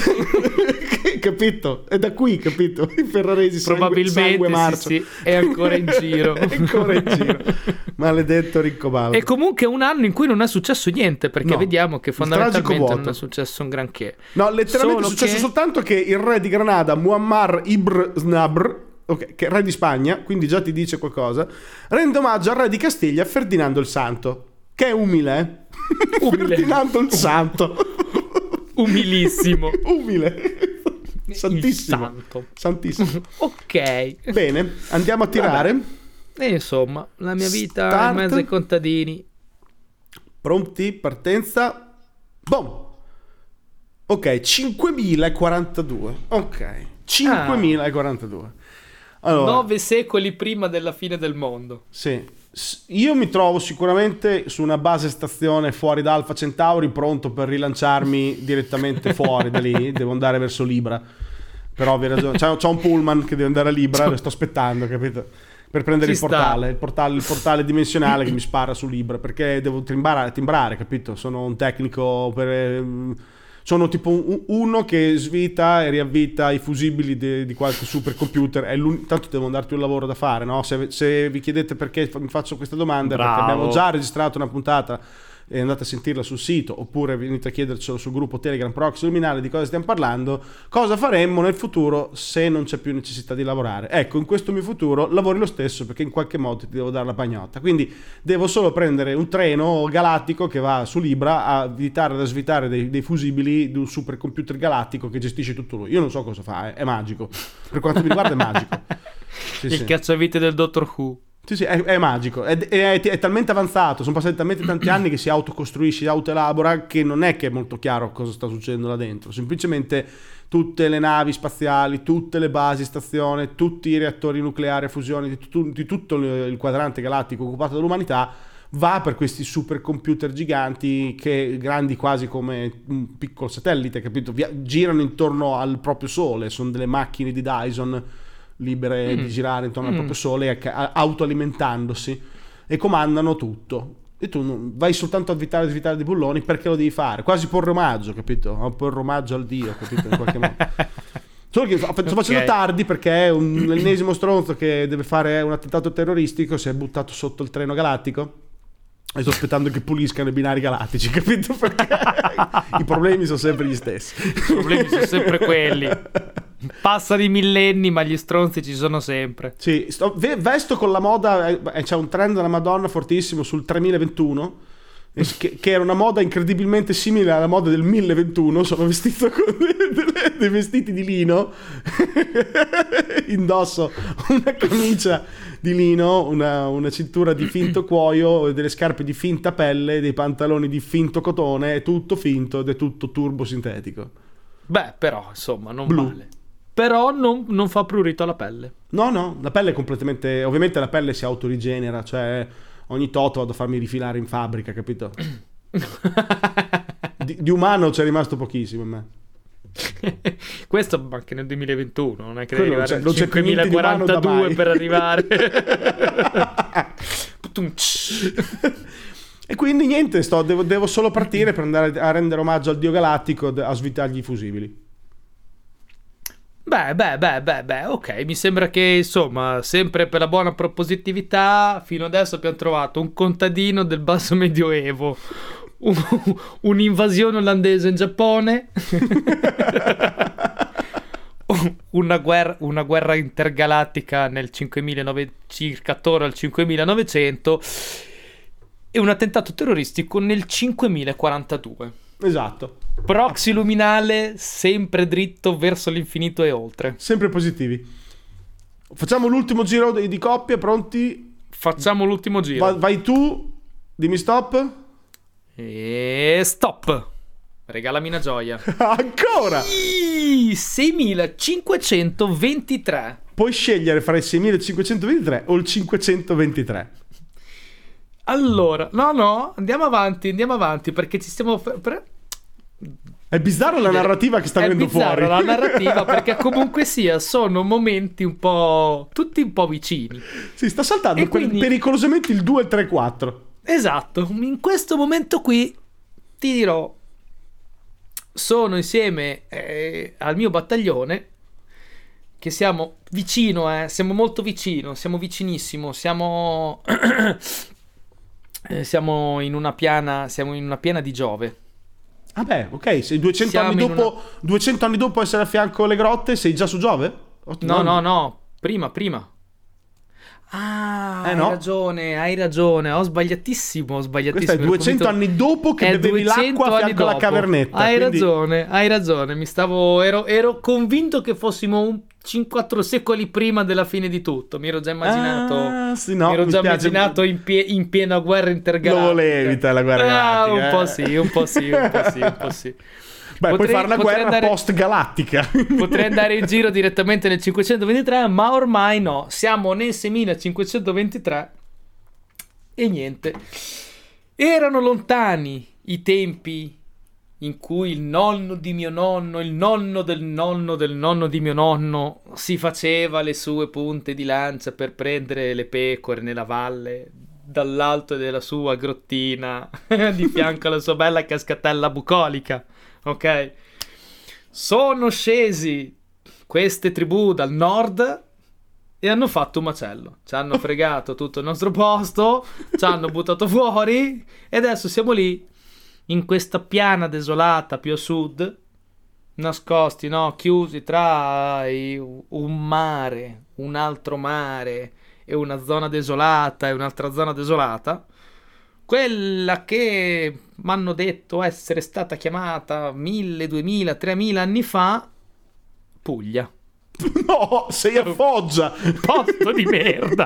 Capito? È da qui, capito? I ferraresi sangue, Probabilmente sangue sì, marcio. sì, è ancora in giro. È ancora in giro. Maledetto Riccobaldo. E comunque è un anno in cui non è successo niente, perché No. vediamo che Il tragico fondamentalmente non vuoto. è successo un granché. No, letteralmente Solo è successo che- soltanto che il re di Granada, Muammar ibn Snabr, ok, che è re di Spagna, quindi già ti dice qualcosa, rende omaggio al re di Castiglia, Ferdinando il Santo, che è umile, eh? Umile. Ferdinando il Santo. Umilissimo. Umile. Santissimo. Il santo. Santissimo. Ok. Bene, andiamo a tirare. E insomma, la mia vita Start. in mezzo ai contadini. Pronti? Partenza. Boom. Ok, cinquemilaquarantadue. Ok, cinquemilaquarantadue. Allora, Nove secoli prima della fine del mondo. sì. io mi trovo sicuramente su una base stazione fuori da Alpha Centauri, pronto per rilanciarmi direttamente fuori da lì. Devo andare verso Libra, però vi ragione, c'è, c'è un pullman che deve andare a Libra, lo sto aspettando, capito? Per prendere il portale, il portale, il portale dimensionale che mi spara su Libra, perché devo timbrare, timbrare, capito? Sono un tecnico per... Sono tipo un, uno che svita e riavvita i fusibili de, di qualche supercomputer. È tanto devo andarti un lavoro da fare, no? Se, se vi chiedete perché mi faccio questa domanda, Bravo. Perché abbiamo già registrato una puntata e andate a sentirla sul sito, oppure venite a chiedercelo sul gruppo Telegram Proxy Luminale di cosa stiamo parlando, cosa faremmo nel futuro se non c'è più necessità di lavorare. Ecco, in questo mio futuro lavori lo stesso, perché in qualche modo ti devo dare la pagnotta, quindi devo solo prendere un treno galattico che va su Libra a visitare e a svitare dei, dei fusibili di un supercomputer galattico che gestisce tutto lui. Io non so cosa fa, è, è magico, per quanto mi riguarda è magico. Sì, il sì. cacciavite del Doctor Who. Sì, sì, è, è magico, è, è, è talmente avanzato, sono passati talmente tanti anni che si autocostruisce, si autoelabora, che non è che è molto chiaro cosa sta succedendo là dentro. Semplicemente tutte le navi spaziali, tutte le basi stazione, tutti i reattori nucleari a fusione di, tu, di tutto il quadrante galattico occupato dall'umanità va per questi supercomputer giganti, che grandi quasi come un piccolo satellite, capito? Via, girano intorno al proprio sole, sono delle macchine di Dyson libere mm. di girare intorno mm. al proprio sole, autoalimentandosi, e comandano tutto. E tu non, vai soltanto a svitare, svitare dei bulloni, perché lo devi fare? Quasi porre omaggio, capito? A porre omaggio al dio, capito? In qualche modo. Solo che sto okay. facendo tardi, perché è un ennesimo stronzo che deve fare un attentato terroristico si è buttato sotto il treno galattico e sto aspettando che puliscano i binari galattici, capito? Perché i problemi sono sempre gli stessi. I problemi sono sempre quelli. Passa di millenni, ma gli stronzi ci sono sempre. Sì, sto, vesto con la moda, eh, c'è un trend della Madonna fortissimo sul tremilaventuno, che, che era una moda incredibilmente simile alla moda del mille ventuno. Sono vestito con dei, dei vestiti di lino, indosso una camicia di lino, una, una cintura di finto cuoio, delle scarpe di finta pelle, dei pantaloni di finto cotone, è tutto finto ed è tutto turbo sintetico. Beh, però, insomma, non Blu. male. Però non, non fa prurito alla pelle. No, no, la pelle è completamente... Ovviamente la pelle si autorigenera, cioè ogni tot vado a farmi rifilare in fabbrica, capito? di, di umano c'è rimasto pochissimo a me. Questo anche nel duemilaventuno, non è che Quello devi arrivare al cinquemilaquarantadue per arrivare. E quindi niente, sto, devo, devo solo partire per andare a rendere omaggio al dio galattico, a svitargli i fusibili. Beh, beh, beh, beh, beh, ok, mi sembra che, insomma, sempre per la buona propositività, fino adesso abbiamo trovato un contadino del basso medioevo, un, un'invasione olandese in Giappone, una guerra, una guerra intergalattica nel cinquemilanovecento, circa attorno al cinquemilanovecento, e un attentato terroristico nel cinquemilaquarantadue. Esatto. Proxy luminale sempre dritto verso l'infinito e oltre. Sempre positivi. Facciamo l'ultimo giro di, di coppie, pronti? Facciamo l'ultimo giro. Va, vai tu, dimmi stop. E stop. Regalami una gioia. Ancora? seimilacinquecentoventitré. Puoi scegliere fra il seimilacinquecentoventitré o il cinquecentoventitré. Allora, no, no, andiamo avanti, andiamo avanti, perché ci stiamo... Pre- È bizzarra la narrativa che sta venendo fuori. È bizzarra la narrativa, perché comunque sia, sono momenti un po'... tutti un po' vicini. Si sta saltando quindi... pericolosamente il due, il tre, quattro. Esatto, in questo momento qui ti dirò, sono insieme eh, al mio battaglione, che siamo vicino, eh, siamo molto vicino, siamo vicinissimo, siamo... Eh, siamo in una piana, siamo in una piana di Giove. Ah beh, ok, sei duecento anni dopo, una... duecento anni dopo essere a fianco alle grotte, sei già su Giove? No, no, no, no, prima, prima. Ah, eh, hai no? ragione, hai ragione, ho sbagliatissimo, ho sbagliatissimo. Questo è duecento anni dopo che bevevi l'acqua a fianco alla cavernetta. Hai quindi... ragione, hai ragione, mi stavo, ero, ero convinto che fossimo un quattro secoli prima della fine di tutto. Mi ero già immaginato, ah, sì, no, mi ero mi già spiace. immaginato in, pie, in piena guerra intergalattica. Lo volevi te la guerra galattica? Ah, un eh. po' sì, un po' sì, un po' sì, un po' sì. Beh, potrei, puoi fare una guerra andare, post-galattica. Potrei andare in giro direttamente nel cinquecentoventitré, ma ormai no. Siamo nel seimilacinquecentoventitré E niente. Erano lontani i tempi in cui il nonno di mio nonno, il nonno del nonno del nonno di mio nonno si faceva le sue punte di lancia per prendere le pecore nella valle dall'alto della sua grottina di fianco alla sua bella cascatella bucolica, ok? Sono scesi queste tribù dal nord e hanno fatto un macello, ci hanno fregato tutto il nostro posto, ci hanno buttato fuori e adesso siamo lì in questa piana desolata più a sud, nascosti, no, chiusi tra i- un mare, un altro mare e una zona desolata e un'altra zona desolata, quella che mi hanno detto essere stata chiamata mille, duemila, tremila anni fa Puglia. No, sei a Foggia. Posto di merda.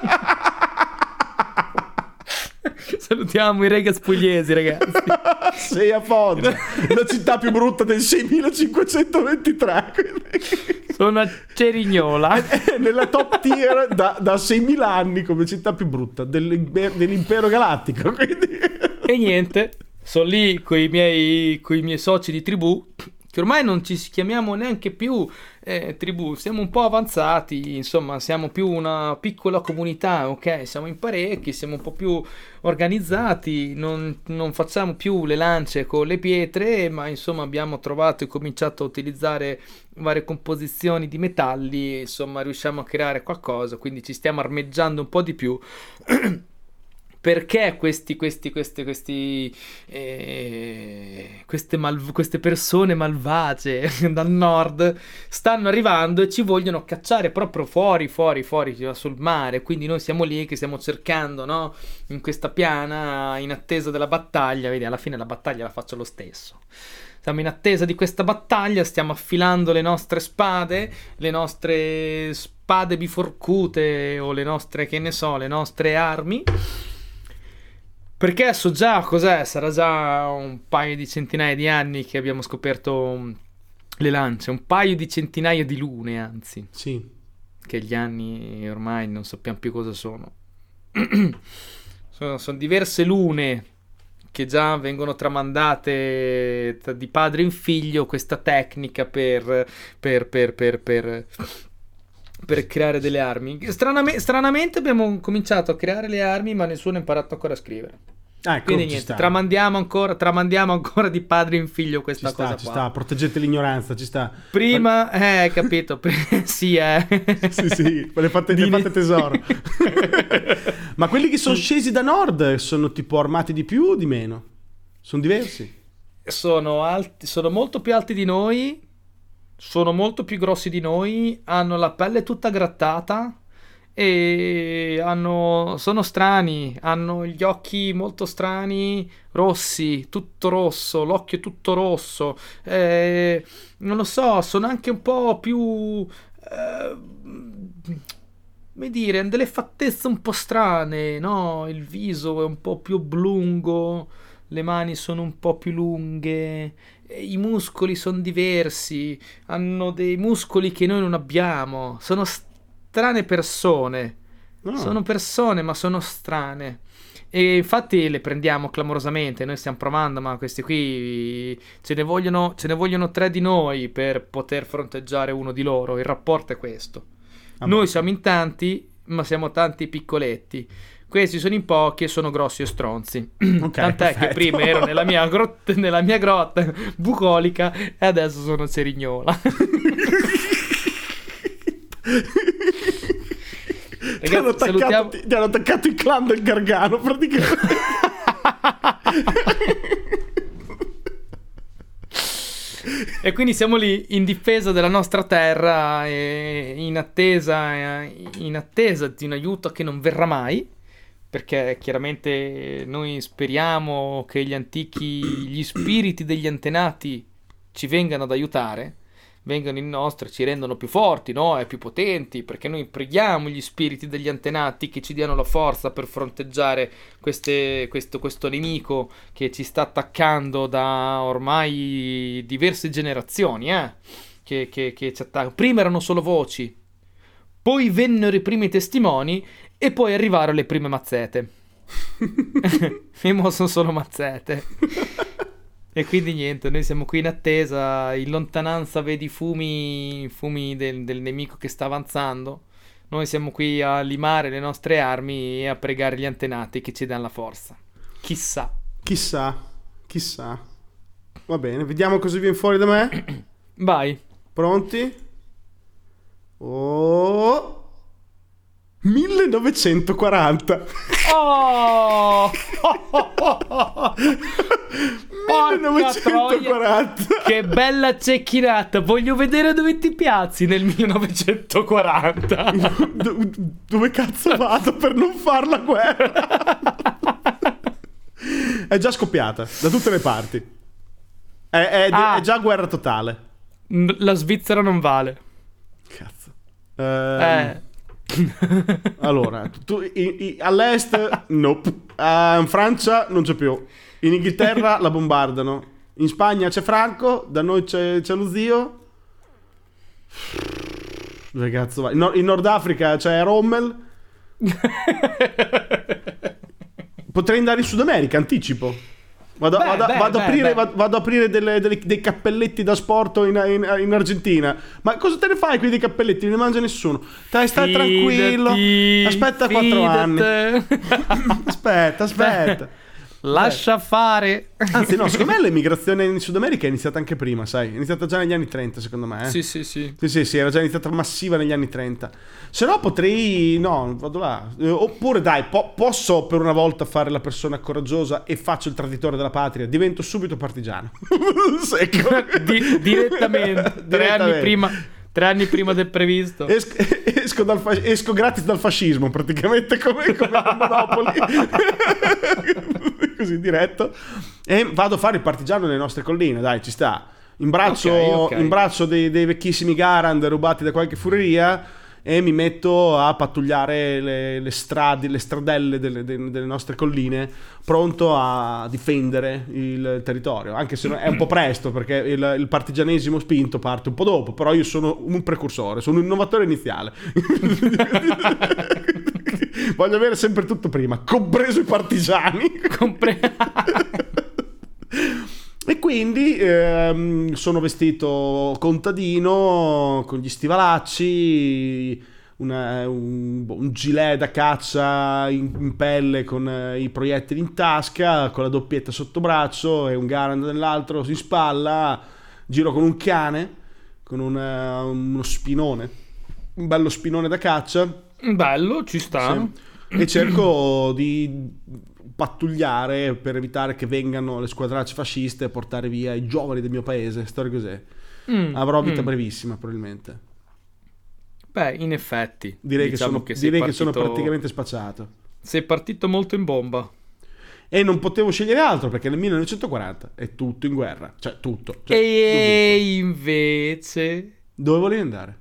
Salutiamo i regas pugliesi, ragazzi. Sei a Foggia, la città più brutta del seimilacinquecentoventitré. Sono a Cerignola. È nella top tier da, da seimila anni come città più brutta dell'imper- dell'impero galattico. Quindi... E niente, sono lì con i miei, coi miei soci di tribù, che ormai non ci chiamiamo neanche più eh, tribù, siamo un po' avanzati, insomma, siamo più una piccola comunità, ok? Siamo in parecchi, siamo un po' più organizzati, non, non facciamo più le lance con le pietre, ma insomma abbiamo trovato e cominciato a utilizzare varie composizioni di metalli, insomma riusciamo a creare qualcosa, quindi ci stiamo armeggiando un po' di più. Perché questi, questi, questi, questi, eh, queste, mal- queste persone malvagie dal nord stanno arrivando e ci vogliono cacciare proprio fuori, fuori, fuori sul mare. Quindi noi siamo lì che stiamo cercando, no? In questa piana, in attesa della battaglia. Vedi, alla fine la battaglia la faccio lo stesso. Siamo in attesa di questa battaglia, stiamo affilando le nostre spade, le nostre spade biforcute o le nostre, che ne so, le nostre armi. Perché so già cos'è, sarà già un paio di centinaia di anni che abbiamo scoperto le lance, un paio di centinaia di lune, anzi. Sì. Che gli anni ormai non sappiamo più cosa sono. sono, sono diverse lune che già vengono tramandate di padre in figlio, questa tecnica per... per, per, per, per per creare delle armi. Straname- stranamente abbiamo cominciato a creare le armi, ma nessuno ha imparato ancora a scrivere. Ah, ecco, Quindi ci niente, sta. tramandiamo ancora, tramandiamo ancora di padre in figlio questa Ci sta, cosa ci qua. sta, proteggete l'ignoranza, ci sta. Prima, eh, capito, sì, eh. Sì, sì, le fate, le fate tesoro. Ma quelli che sono scesi da nord sono tipo armati di più o di meno? Sono diversi? Sono alti, sono molto più alti di noi, sono molto più grossi di noi, hanno la pelle tutta grattata e hanno, sono strani, hanno gli occhi molto strani, rossi, tutto rosso, l'occhio è tutto rosso, eh, non lo so, sono anche un po' più, eh, come dire, hanno delle fattezze un po' strane, no? Il viso è un po' più oblungo, le mani sono un po' più lunghe, i muscoli sono diversi, hanno dei muscoli che noi non abbiamo, sono strane persone, No. sono persone ma sono strane e infatti le prendiamo clamorosamente, noi stiamo provando, ma questi qui ce ne vogliono, ce ne vogliono tre di noi per poter fronteggiare uno di loro, il rapporto è questo. Ah, Noi beh. siamo in tanti, ma siamo tanti piccoletti. Questi sono in pochi e sono grossi e stronzi. Ok, Tant'è perfetto. che prima ero nella mia, grotta, nella mia grotta bucolica e adesso sono a Cerignola. Ti hanno, Ragazzi, attaccato, salutiamo... ti, ti hanno attaccato il clan del Gargano praticamente. E quindi siamo lì in difesa della nostra terra e in attesa, in attesa di un aiuto che non verrà mai, perché chiaramente noi speriamo che gli antichi, gli spiriti degli antenati ci vengano ad aiutare, vengano in nostro e ci rendono più forti, no? E più potenti, perché noi preghiamo gli spiriti degli antenati che ci diano la forza per fronteggiare queste, questo, questo nemico che ci sta attaccando da ormai diverse generazioni, eh? Che, che, che ci attacca. Prima erano solo voci, poi vennero i primi testimoni e poi arrivarono le prime mazzete. e mo sono solo mazzette. E quindi niente, noi siamo qui in attesa, in lontananza vedi fumi, fumi del, del nemico che sta avanzando. Noi siamo qui a limare le nostre armi e a pregare gli antenati che ci danno la forza. Chissà. Chissà, chissà. Va bene, vediamo cosa viene fuori da me. Vai. Pronti? Oh... millenovecentoquaranta. Oh! millenovecentoquaranta. Che bella cecchinata. Voglio vedere dove ti piazzi nel millenovecentoquaranta. Do- dove cazzo vado per non far la guerra? È già scoppiata da tutte le parti. È, è, Ah. è già guerra totale. La Svizzera non vale. Cazzo. Ehm, Eh. Allora, tu, i- i- all'est, nope. Uh, in Francia non c'è più. In Inghilterra la bombardano. In Spagna c'è Franco. Da noi c'è, c'è lo zio. Dove cazzo va? In, Nord- in Nord Africa c'è Rommel. Potrei andare in Sud America, anticipo. Vado, Beh, vado, beh, vado, beh, aprire, beh. vado, vado a aprire delle- delle- dei cappelletti da sport in, in- in Argentina. Ma cosa te ne fai qui dei cappelletti? Non ne mangia nessuno. Dai, stai tranquillo. Fidati, Aspetta quattro anni. fidate. Aspetta, aspetta. Lascia fare. Anzi, no, secondo me l'emigrazione in Sud America è iniziata anche prima, sai? È iniziata già negli anni trenta, secondo me. Eh? Sì, sì, sì. Sì, sì, sì, era già iniziata massiva negli anni trenta. Se no potrei... No, vado là. Eh, Oppure dai, po- posso per una volta fare la persona coraggiosa e faccio il traditore della patria. Divento subito partigiano. Secco. Di- direttamente. Tre Direttamente. anni prima. Tre anni prima del previsto. Esco, esco, dal fa- esco gratis dal fascismo, praticamente come, come a Monopoli. Così diretto. E vado a fare il partigiano nelle nostre colline, dai, ci sta. In braccio, Ok, ok. in braccio dei, dei vecchissimi Garand rubati da qualche fureria e mi metto a pattugliare le, le strade, le stradelle delle, delle- delle nostre colline, pronto a difendere il territorio. Anche se è un po' presto, perché il, il partigianesimo spinto parte un po' dopo, però io sono un precursore, sono un innovatore iniziale. Voglio avere sempre tutto prima, compreso i partigiani. Compre- E quindi ehm, sono vestito contadino con gli stivalacci, una- un, boh, un gilet da caccia in, in pelle con eh, i proiettili in tasca, con la doppietta sotto braccio e un Garand nell'altro in spalla. Giro con un cane, con una- uno spinone, un bello spinone da caccia. Bello, ci sta. Sì. E cerco di pattugliare per evitare che vengano le squadracce fasciste a portare via i giovani del mio paese. Storia così. Mm, Avrò vita mm. brevissima, probabilmente. Beh, in effetti. Direi, diciamo che, sono, sei direi che sono partito- praticamente spacciato. Sei partito molto in bomba. E non potevo scegliere altro perché nel millenovecentoquaranta è tutto in guerra. Cioè, tutto. Cioè, E invece. dove volevi andare?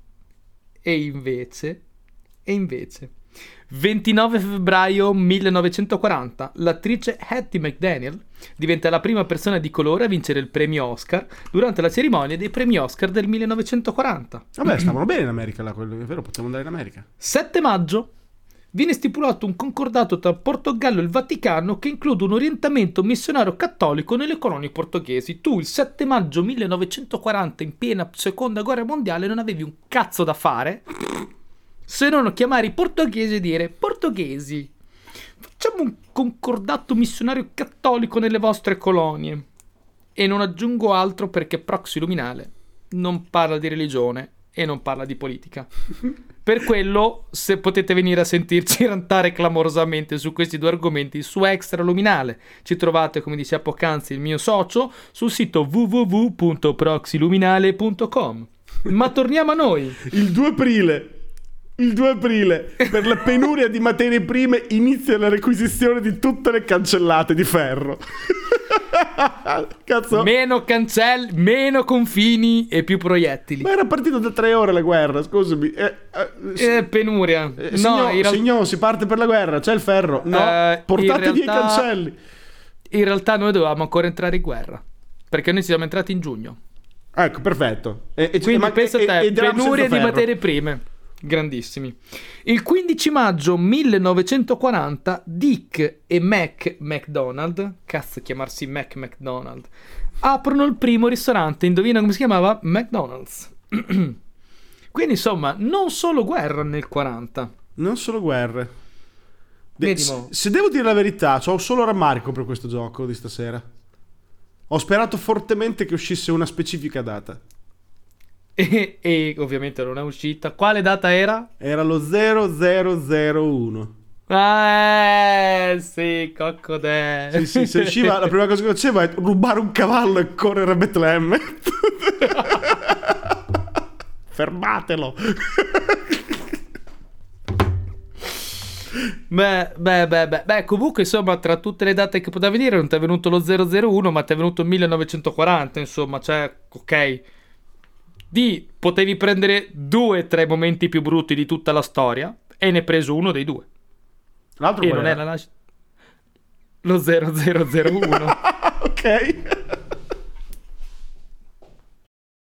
E invece. E invece. ventinove febbraio millenovecentoquaranta, l'attrice Hattie McDaniel diventa la prima persona di colore a vincere il premio Oscar durante la cerimonia dei premi Oscar del millenovecentoquaranta. Vabbè, stavano bene in America là, quello, è vero, potevamo andare in America. sette maggio viene stipulato un concordato tra Portogallo e il Vaticano che include un orientamento missionario cattolico nelle colonie portoghesi. Tu il sette maggio millenovecentoquaranta, in piena seconda guerra mondiale, non avevi un cazzo da fare se non chiamare i portoghesi e dire: portoghesi, facciamo un concordato missionario cattolico nelle vostre colonie. E non aggiungo altro perché Proxy Luminale non parla di religione e non parla di politica. Per quello, se potete venire a sentirci rantare clamorosamente su questi due argomenti su Extra Luminale, ci trovate, come diceva poc'anzi il mio socio, sul sito w w w punto proxy luminale punto com. Ma torniamo a noi. Il due aprile. Il due aprile, per la penuria di materie prime, inizia la requisizione di tutte le cancellate di ferro. Cazzo. Meno cancelli, meno confini e più proiettili. Ma era partito da tre ore la guerra, scusami. Eh, eh, Eh, penuria. eh, no, signor, in, real- signor, si parte per la guerra, c'è il ferro. No, Eh, portate in via i realtà- cancelli. in realtà noi dovevamo ancora entrare in guerra, perché noi siamo entrati in giugno. Ecco, perfetto. E, e- Quindi ma- pensa e- te, e- ed eravamo penuria senza di ferro. materie prime. grandissimi. Il quindici maggio millenovecentoquaranta Dick e Mac McDonald, cazzo chiamarsi Mac McDonald, aprono il primo ristorante, indovina come si chiamava? McDonald's. Quindi insomma, non solo guerra nel quaranta. Non solo guerre. De- Vedi, se devo dire la verità, ho solo rammarico per questo gioco di stasera. Ho sperato fortemente che uscisse una specifica data. E, e ovviamente non è uscita. Quale data era? Era lo zero zero zero uno. Ah, eh, sì, coccodè. Sì, sì, se usciva, la prima cosa che faceva è rubare un cavallo e correre a Betlemme. Fermatelo. Beh, beh, beh, beh, beh, comunque insomma tra tutte le date che poteva venire non ti è venuto lo zero zero uno ma ti è venuto il millenovecentoquaranta, insomma, cioè, ok. Di, potevi prendere due tra i momenti più brutti di tutta la storia e ne hai preso uno dei due. L'altro e qual non era? è la nascita. Lo zero zero zero uno. Ok.